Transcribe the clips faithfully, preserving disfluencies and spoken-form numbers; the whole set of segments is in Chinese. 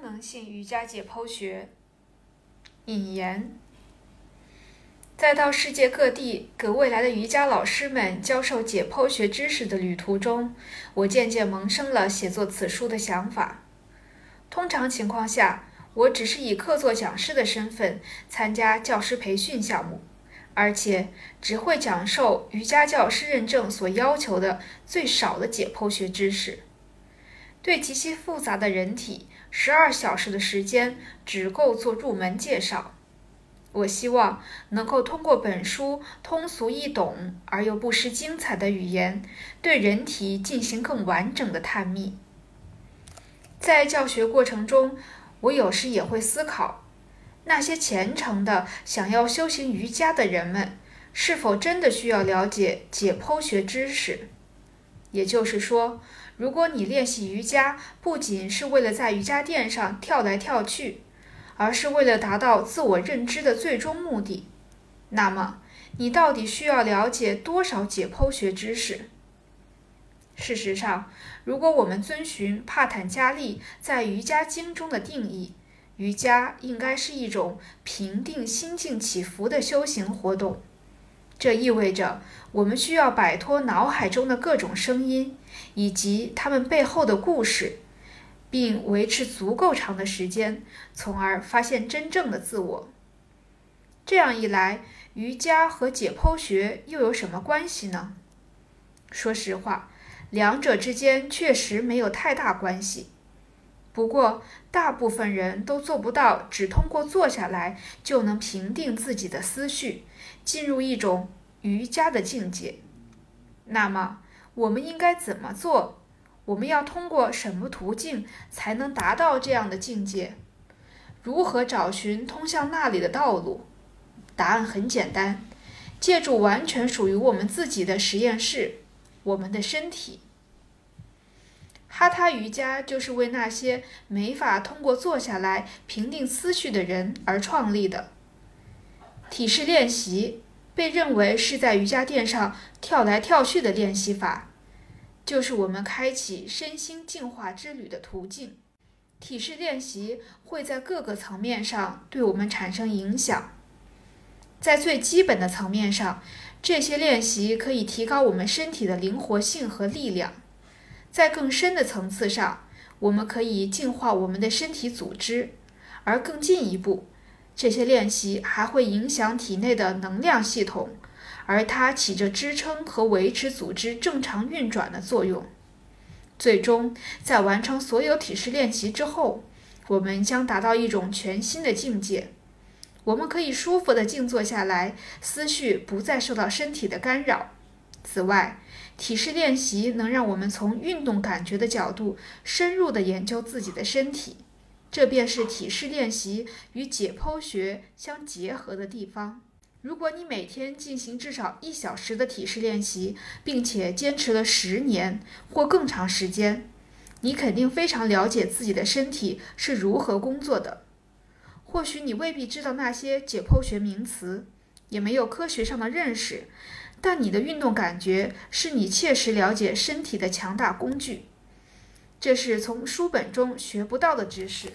能性瑜伽解剖学。引言：在到世界各地给未来的瑜伽老师们教授解剖学知识的旅途中，我渐渐萌生了写作此书的想法。通常情况下，我只是以客座讲师的身份参加教师培训项目，而且只会讲授瑜伽教师认证所要求的最少的解剖学知识。对极其复杂的人体，十二小时的时间只够做入门介绍。我希望能够通过本书通俗易懂而又不失精彩的语言，对人体进行更完整的探秘。在教学过程中，我有时也会思考，那些虔诚的想要修行瑜伽的人们，是否真的需要了解解剖学知识？也就是说，如果你练习瑜伽不仅是为了在瑜伽垫上跳来跳去，而是为了达到自我认知的最终目的，那么你到底需要了解多少解剖学知识？事实上，如果我们遵循帕坦加利在瑜伽经中的定义，瑜伽应该是一种平定心境起伏的修行活动。这意味着我们需要摆脱脑海中的各种声音以及它们背后的故事，并维持足够长的时间，从而发现真正的自我。这样一来，瑜伽和解剖学又有什么关系呢？说实话，两者之间确实没有太大关系。不过，大部分人都做不到只通过坐下来就能平定自己的思绪，进入一种瑜伽的境界。那么，我们应该怎么做？我们要通过什么途径才能达到这样的境界？如何找寻通向那里的道路？答案很简单，借助完全属于我们自己的实验室，我们的身体。哈他瑜伽就是为那些没法通过坐下来平定思绪的人而创立的。体式练习被认为是在瑜伽垫上跳来跳去的练习法，就是我们开启身心净化之旅的途径。体式练习会在各个层面上对我们产生影响。在最基本的层面上，这些练习可以提高我们身体的灵活性和力量。在更深的层次上，我们可以净化我们的身体组织，而更进一步，这些练习还会影响体内的能量系统，而它起着支撑和维持组织正常运转的作用。最终，在完成所有体式练习之后，我们将达到一种全新的境界。我们可以舒服地静坐下来，思绪不再受到身体的干扰。此外，体式练习能让我们从运动感觉的角度深入地研究自己的身体，这便是体式练习与解剖学相结合的地方。如果你每天进行至少一小时的体式练习，并且坚持了十年或更长时间，你肯定非常了解自己的身体是如何工作的。或许你未必知道那些解剖学名词，也没有科学上的认识，但你的运动感觉是你切实了解身体的强大工具。这是从书本中学不到的知识。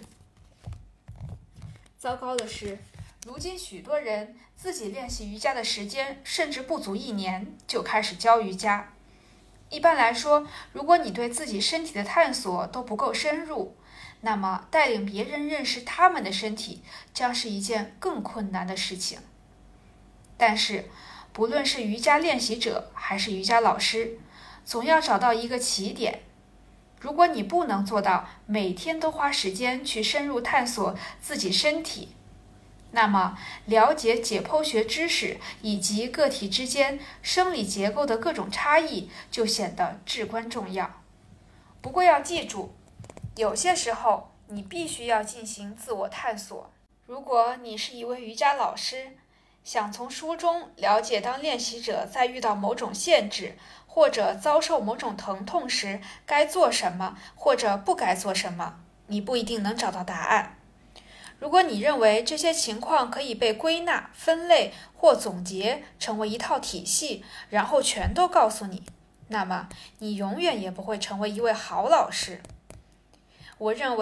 糟糕的是，如今许多人自己练习瑜伽的时间甚至不足一年就开始教瑜伽。一般来说，如果你对自己身体的探索都不够深入，那么带领别人认识他们的身体将是一件更困难的事情。但是，不论是瑜伽练习者还是瑜伽老师，总要找到一个起点。如果你不能做到每天都花时间去深入探索自己身体，那么了解解剖学知识以及个体之间生理结构的各种差异就显得至关重要。不过要记住，有些时候你必须要进行自我探索。如果你是一位瑜伽老师，想从书中了解当练习者在遇到某种限制或者遭受某种疼痛时该做什么或者不该做什么，你不一定能找到答案。如果你认为这些情况可以被归纳、分类或总结成为一套体系，然后全都告诉你，那么你永远也不会成为一位好老师。我认为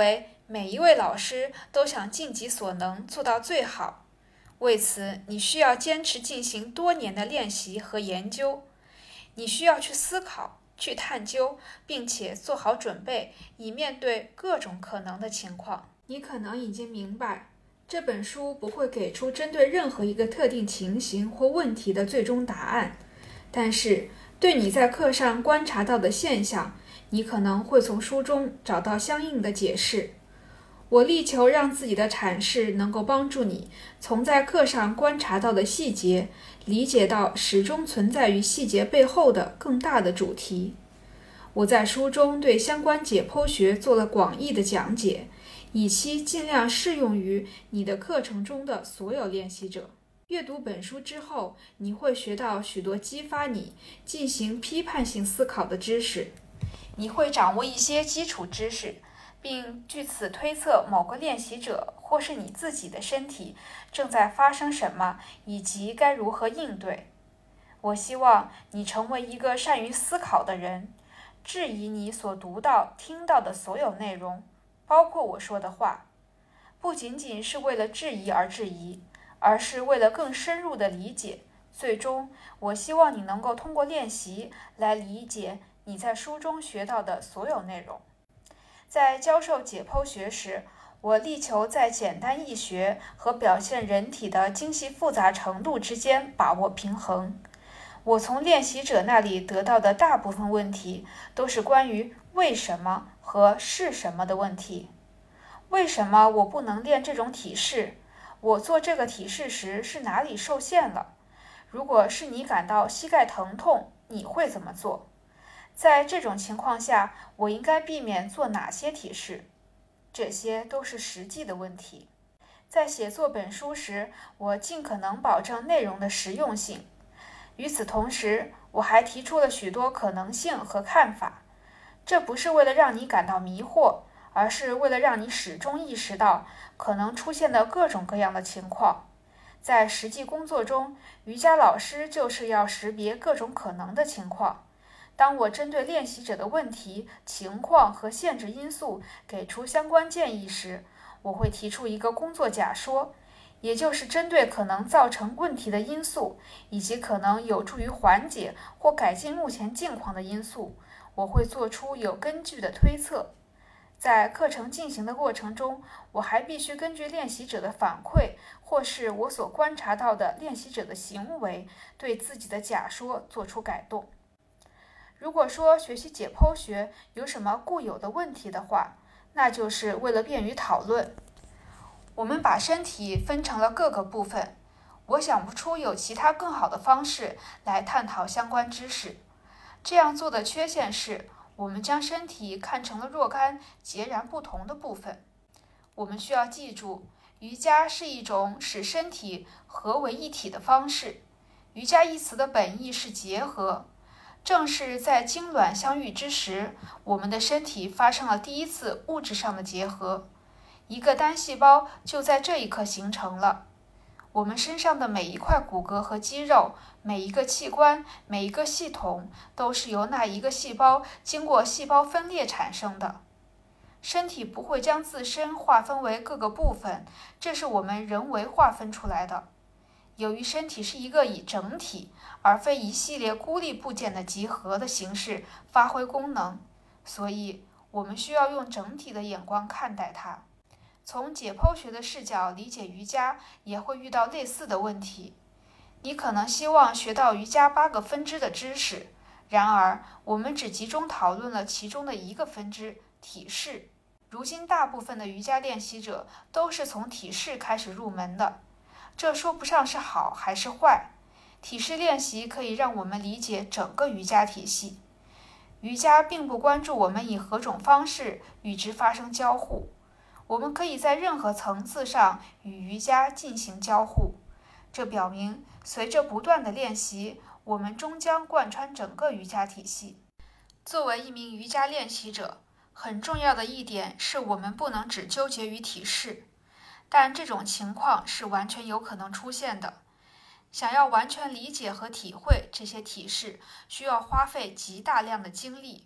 每一位老师都想尽己所能做到最好，为此你需要坚持进行多年的练习和研究。你需要去思考、去探究，并且做好准备，以面对各种可能的情况。你可能已经明白，这本书不会给出针对任何一个特定情形或问题的最终答案，但是对你在课上观察到的现象，你可能会从书中找到相应的解释。我力求让自己的阐释能够帮助你从在课上观察到的细节，理解到始终存在于细节背后的更大的主题。我在书中对相关解剖学做了广义的讲解，以期尽量适用于你的课程中的所有练习者。阅读本书之后，你会学到许多激发你进行批判性思考的知识。你会掌握一些基础知识，并据此推测某个练习者或是你自己的身体正在发生什么，以及该如何应对。我希望你成为一个善于思考的人，质疑你所读到、听到的所有内容，包括我说的话，不仅仅是为了质疑而质疑，而是为了更深入的理解。最终，我希望你能够通过练习来理解你在书中学到的所有内容。在教授解剖学时，我力求在简单易学和表现人体的精细复杂程度之间把握平衡。我从练习者那里得到的大部分问题都是关于为什么和是什么的问题。为什么我不能练这种体式？我做这个体式时是哪里受限了？如果是你感到膝盖疼痛，你会怎么做？在这种情况下，我应该避免做哪些体式？这些都是实际的问题。在写作本书时，我尽可能保证内容的实用性。与此同时，我还提出了许多可能性和看法。这不是为了让你感到迷惑，而是为了让你始终意识到可能出现的各种各样的情况。在实际工作中，瑜伽老师就是要识别各种可能的情况。当我针对练习者的问题、情况和限制因素给出相关建议时，我会提出一个工作假说，也就是针对可能造成问题的因素，以及可能有助于缓解或改进目前境况的因素，我会做出有根据的推测。在课程进行的过程中，我还必须根据练习者的反馈，或是我所观察到的练习者的行为，对自己的假说做出改动。如果说学习解剖学有什么固有的问题的话，那就是为了便于讨论。我们把身体分成了各个部分，我想不出有其他更好的方式来探讨相关知识。这样做的缺陷是，我们将身体看成了若干截然不同的部分。我们需要记住，瑜伽是一种使身体合为一体的方式。瑜伽一词的本意是结合。正是在精卵相遇之时，我们的身体发生了第一次物质上的结合，一个单细胞就在这一刻形成了。我们身上的每一块骨骼和肌肉，每一个器官，每一个系统，都是由那一个细胞经过细胞分裂产生的。身体不会将自身划分为各个部分，这是我们人为划分出来的。由于身体是一个以整体而非一系列孤立部件的集合的形式发挥功能，所以我们需要用整体的眼光看待它。从解剖学的视角理解瑜伽，也会遇到类似的问题。你可能希望学到瑜伽八个分支的知识，然而我们只集中讨论了其中的一个分支——体式。如今大部分的瑜伽练习者都是从体式开始入门的。这说不上是好还是坏，体式练习可以让我们理解整个瑜伽体系。瑜伽并不关注我们以何种方式与之发生交互，我们可以在任何层次上与瑜伽进行交互。这表明，随着不断的练习，我们终将贯穿整个瑜伽体系。作为一名瑜伽练习者，很重要的一点是我们不能只纠结于体式。但这种情况是完全有可能出现的。想要完全理解和体会这些体式，需要花费极大量的精力，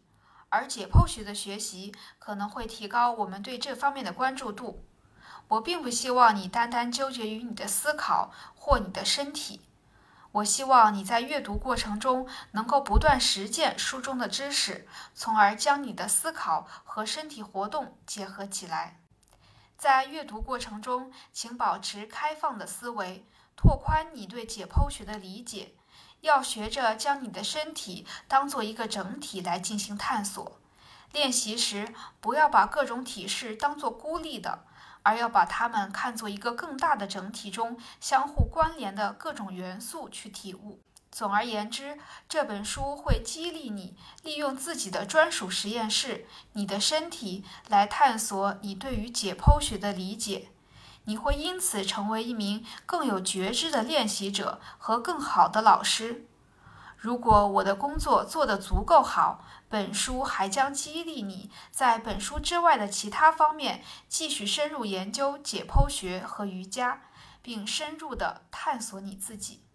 而解剖学的学习可能会提高我们对这方面的关注度。我并不希望你单单纠结于你的思考或你的身体，我希望你在阅读过程中能够不断实践书中的知识，从而将你的思考和身体活动结合起来。在阅读过程中，请保持开放的思维，拓宽你对解剖学的理解，要学着将你的身体当作一个整体来进行探索。练习时，不要把各种体式当作孤立的，而要把它们看作一个更大的整体中相互关联的各种元素去体悟。总而言之，这本书会激励你利用自己的专属实验室，你的身体来探索你对于解剖学的理解。你会因此成为一名更有觉知的练习者和更好的老师。如果我的工作做得足够好，本书还将激励你在本书之外的其他方面继续深入研究解剖学和瑜伽，并深入地探索你自己。